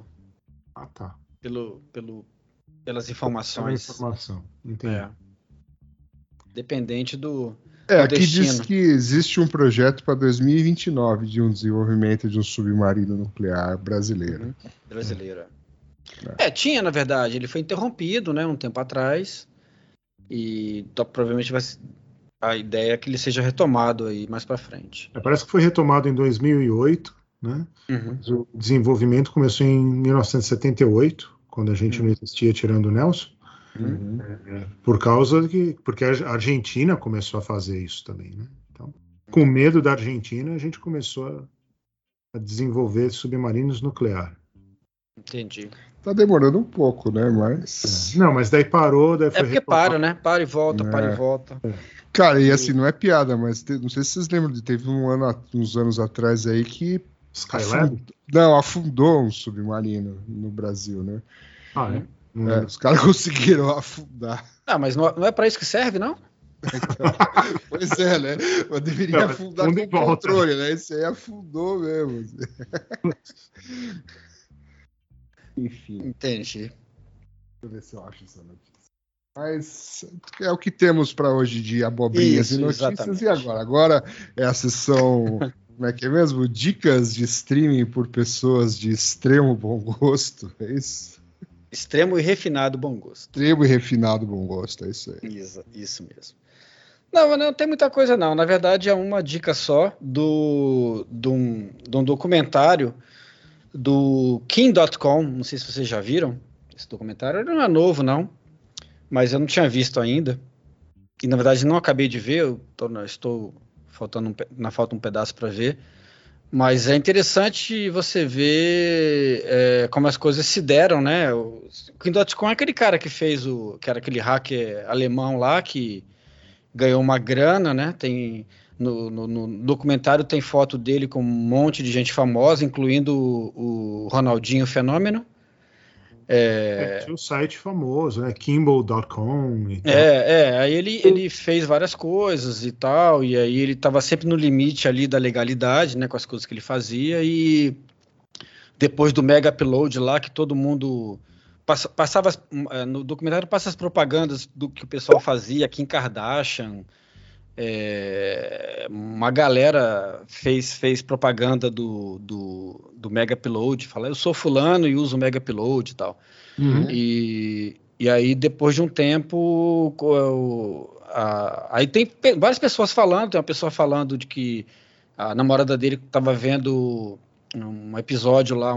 pelas informações. Pela informação, entendi. Dependente do aqui destino. diz que existe um projeto para 2029 de um desenvolvimento de um submarino nuclear brasileiro. Brasileiro. Tinha, na verdade. Ele foi interrompido, né, um tempo atrás. E provavelmente a ideia é que ele seja retomado aí mais para frente. Parece que foi retomado em 2008, né? Mas o desenvolvimento começou em 1978, quando a gente não existia, tirando o Nelson. Porque a Argentina começou a fazer isso também, né? Então, com medo da Argentina, a gente começou a desenvolver submarinos nucleares. Entendi. Tá demorando um pouco, né? Mas... Não, mas daí parou, daí foi porque para, né? Para e volta, para e volta. Cara, e assim, não é piada, mas não sei se vocês lembram, teve uns anos atrás aí que afundou um submarino no Brasil, né? Os caras conseguiram afundar. Mas não é para isso que serve, não? Pois é, né? Mas deveria afundar com controle, né? Esse aí afundou mesmo. Enfim. Entendi. Deixa eu ver se eu acho essa notícia. Mas é o que temos para hoje de abobrinhas e notícias. Exatamente. E agora? Agora é a sessão... Como é que é mesmo? Dicas de streaming por pessoas de extremo bom gosto, é isso? Extremo e refinado bom gosto. Extremo e refinado bom gosto, é isso aí. Isso mesmo. Não tem muita coisa não. Na verdade é uma dica só de um documentário do King.com. Não sei se vocês já viram esse documentário. Ele não é novo não, mas eu não tinha visto ainda. E na verdade não acabei de ver. Estou falta um pedaço para ver. Mas é interessante você ver como as coisas se deram, né? O King.com é aquele cara que que era aquele hacker alemão lá que ganhou uma grana, né? No documentário tem foto dele com um monte de gente famosa, incluindo o Ronaldinho Fenômeno. Tinha um site famoso, né? Kimball.com. Aí ele fez várias coisas e tal, e aí ele estava sempre no limite ali da legalidade, né? Com as coisas que ele fazia, e depois do mega upload lá, que todo mundo passava, no documentário passa as propagandas do que o pessoal fazia, Kim Kardashian, uma galera fez propaganda do Mega Upload, fala, eu sou fulano e uso o Mega Upload e tal. E aí, depois de um tempo, aí tem várias pessoas falando, tem uma pessoa falando de que a namorada dele estava vendo um episódio lá,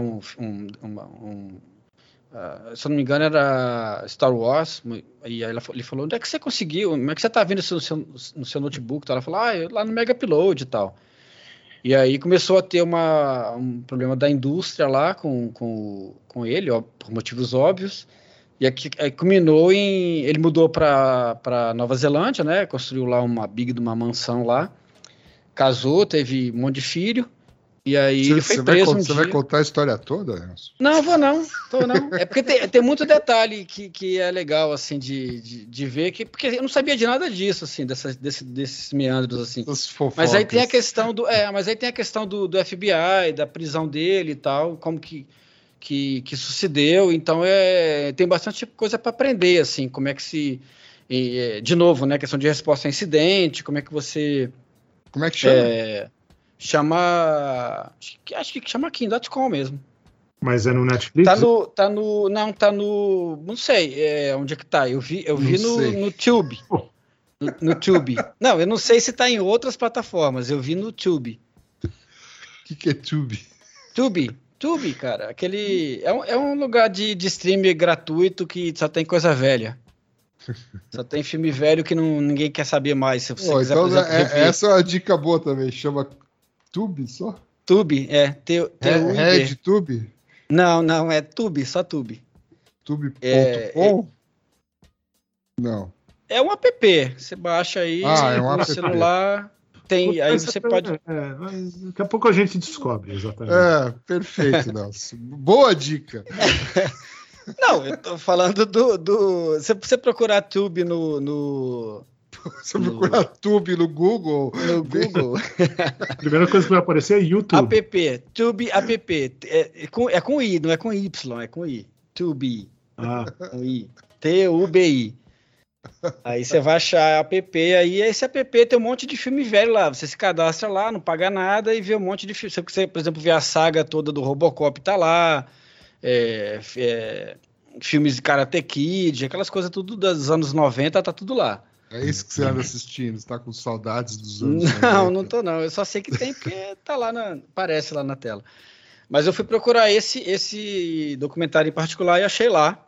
se eu não me engano era Star Wars, e aí ele falou, onde é que você conseguiu, como é que você está vendo isso no seu notebook? Ela falou, lá no Mega Upload e tal. E aí começou a ter um problema da indústria lá com ele, por motivos óbvios, e aí culminou ele mudou para Nova Zelândia, né, construiu lá uma mansão lá, casou, teve um monte de filho. E aí ele foi preso Você vai contar a história toda, Nelson? Não, vou não. É porque tem muito detalhe que é legal, assim, de ver, porque eu não sabia de nada disso, assim, desses meandros, assim. Mas aí tem a questão do FBI, da prisão dele e tal, como que isso se deu, então tem bastante coisa para aprender, assim, como é que se... de novo, né, questão de resposta a incidente, como é que você... Como é que chama? Acho que chama King.com mesmo. Mas é no Netflix? Não sei onde é que tá. Eu vi no Tube. No Tube. Não, eu não sei se tá em outras plataformas. Eu vi no Tube. O que é Tube? Tube, cara. Aquele é um lugar de streaming gratuito que só tem coisa velha. Só tem filme velho que ninguém quer saber mais. Se você quiser, então, por exemplo, essa é uma dica boa também. Chama Tube só? Tube, Red Tube? Não, é Tube, só Tube. Tube.com? Não. É um app. Você baixa aí no celular. Tem, aí você pode. Mas daqui a pouco a gente descobre, exatamente. Perfeito, Nelson. Boa dica. Não, eu tô falando do. Se você procurar Tube no. Se você procurar Tube no Google. A primeira coisa que vai aparecer é YouTube. Tube app. É com I, não é com Y, é com I. Tube. Com I. TUBI. Aí você vai achar a app, aí esse app tem um monte de filme velho lá. Você se cadastra lá, não paga nada e vê um monte de filme. Você, por exemplo, vê a saga toda do Robocop, tá lá. Filmes de Karate Kid, aquelas coisas tudo dos anos 90, tá tudo lá. É isso que você anda assistindo, você tá com saudades dos anos 90? Não tô não, eu só sei que tem porque tá lá, aparece lá na tela. Mas eu fui procurar esse documentário em particular e achei lá.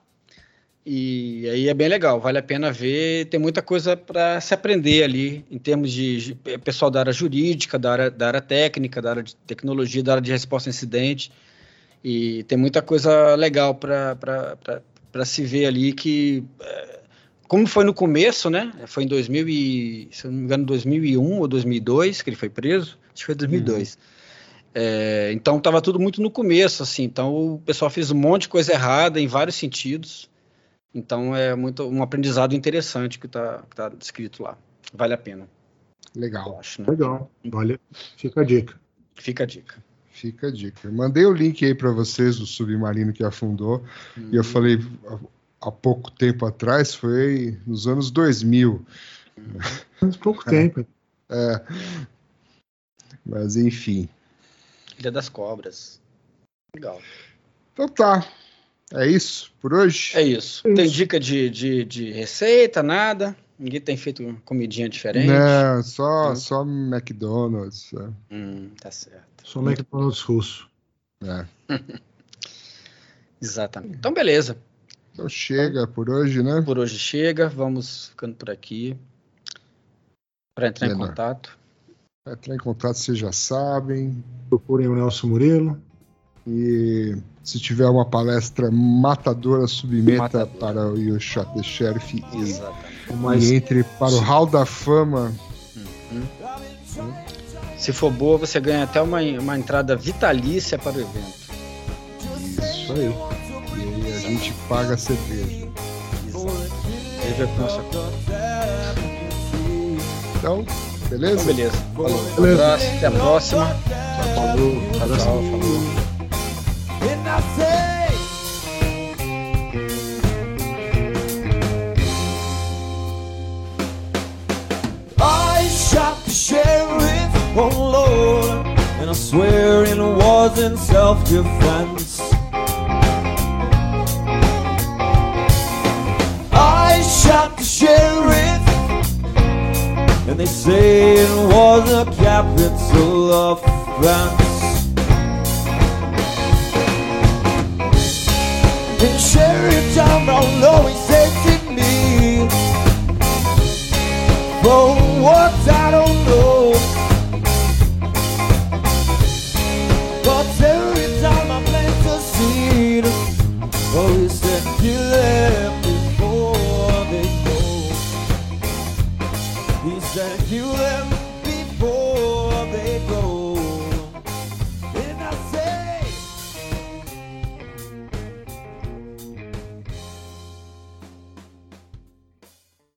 E aí é bem legal, vale a pena ver, tem muita coisa para se aprender ali, em termos de pessoal da área jurídica, da área técnica, da área de tecnologia, da área de resposta a incidente, e tem muita coisa legal para se ver ali, que como foi no começo, né, foi em 2000 se eu não me engano, 2001 ou 2002 que ele foi preso, acho que foi 2002. Então estava tudo muito no começo, assim, então o pessoal fez um monte de coisa errada em vários sentidos. Então é um aprendizado interessante que está descrito lá. Vale a pena. Legal. Acho, né? Legal. Olha, fica a dica. Fica a dica. Eu mandei o link aí para vocês do submarino que afundou. E eu falei há pouco tempo atrás, foi nos anos 2000. Faz pouco tempo. Mas enfim. Ilha das Cobras. Legal. Então tá. É isso por hoje? É isso. Tem dica de receita, nada? Ninguém tem feito uma comidinha diferente? Não, só McDonald's. Tá certo. Só McDonald's russo. Exatamente. Então, beleza. Então chega por hoje, né? Por hoje chega. Vamos ficando por aqui. Para entrar em contato. Para entrar em contato, vocês já sabem. Procurem o Nelson Murilo. E se tiver uma palestra matadora, submeta para o You Shot the Sheriff e entre para o Hall da Fama. Se for boa, você ganha até uma entrada vitalícia para o evento. Isso aí. E aí a gente paga a cerveja. Então, beleza? Então, beleza. Falou. Um abraço, até a próxima. Falou. And I say, I shot the sheriff, oh Lord, and I swear it wasn't self-defense. I shot the sheriff, and they say it was a capital offense. And Sheriff John Brown always said to me, for what I don't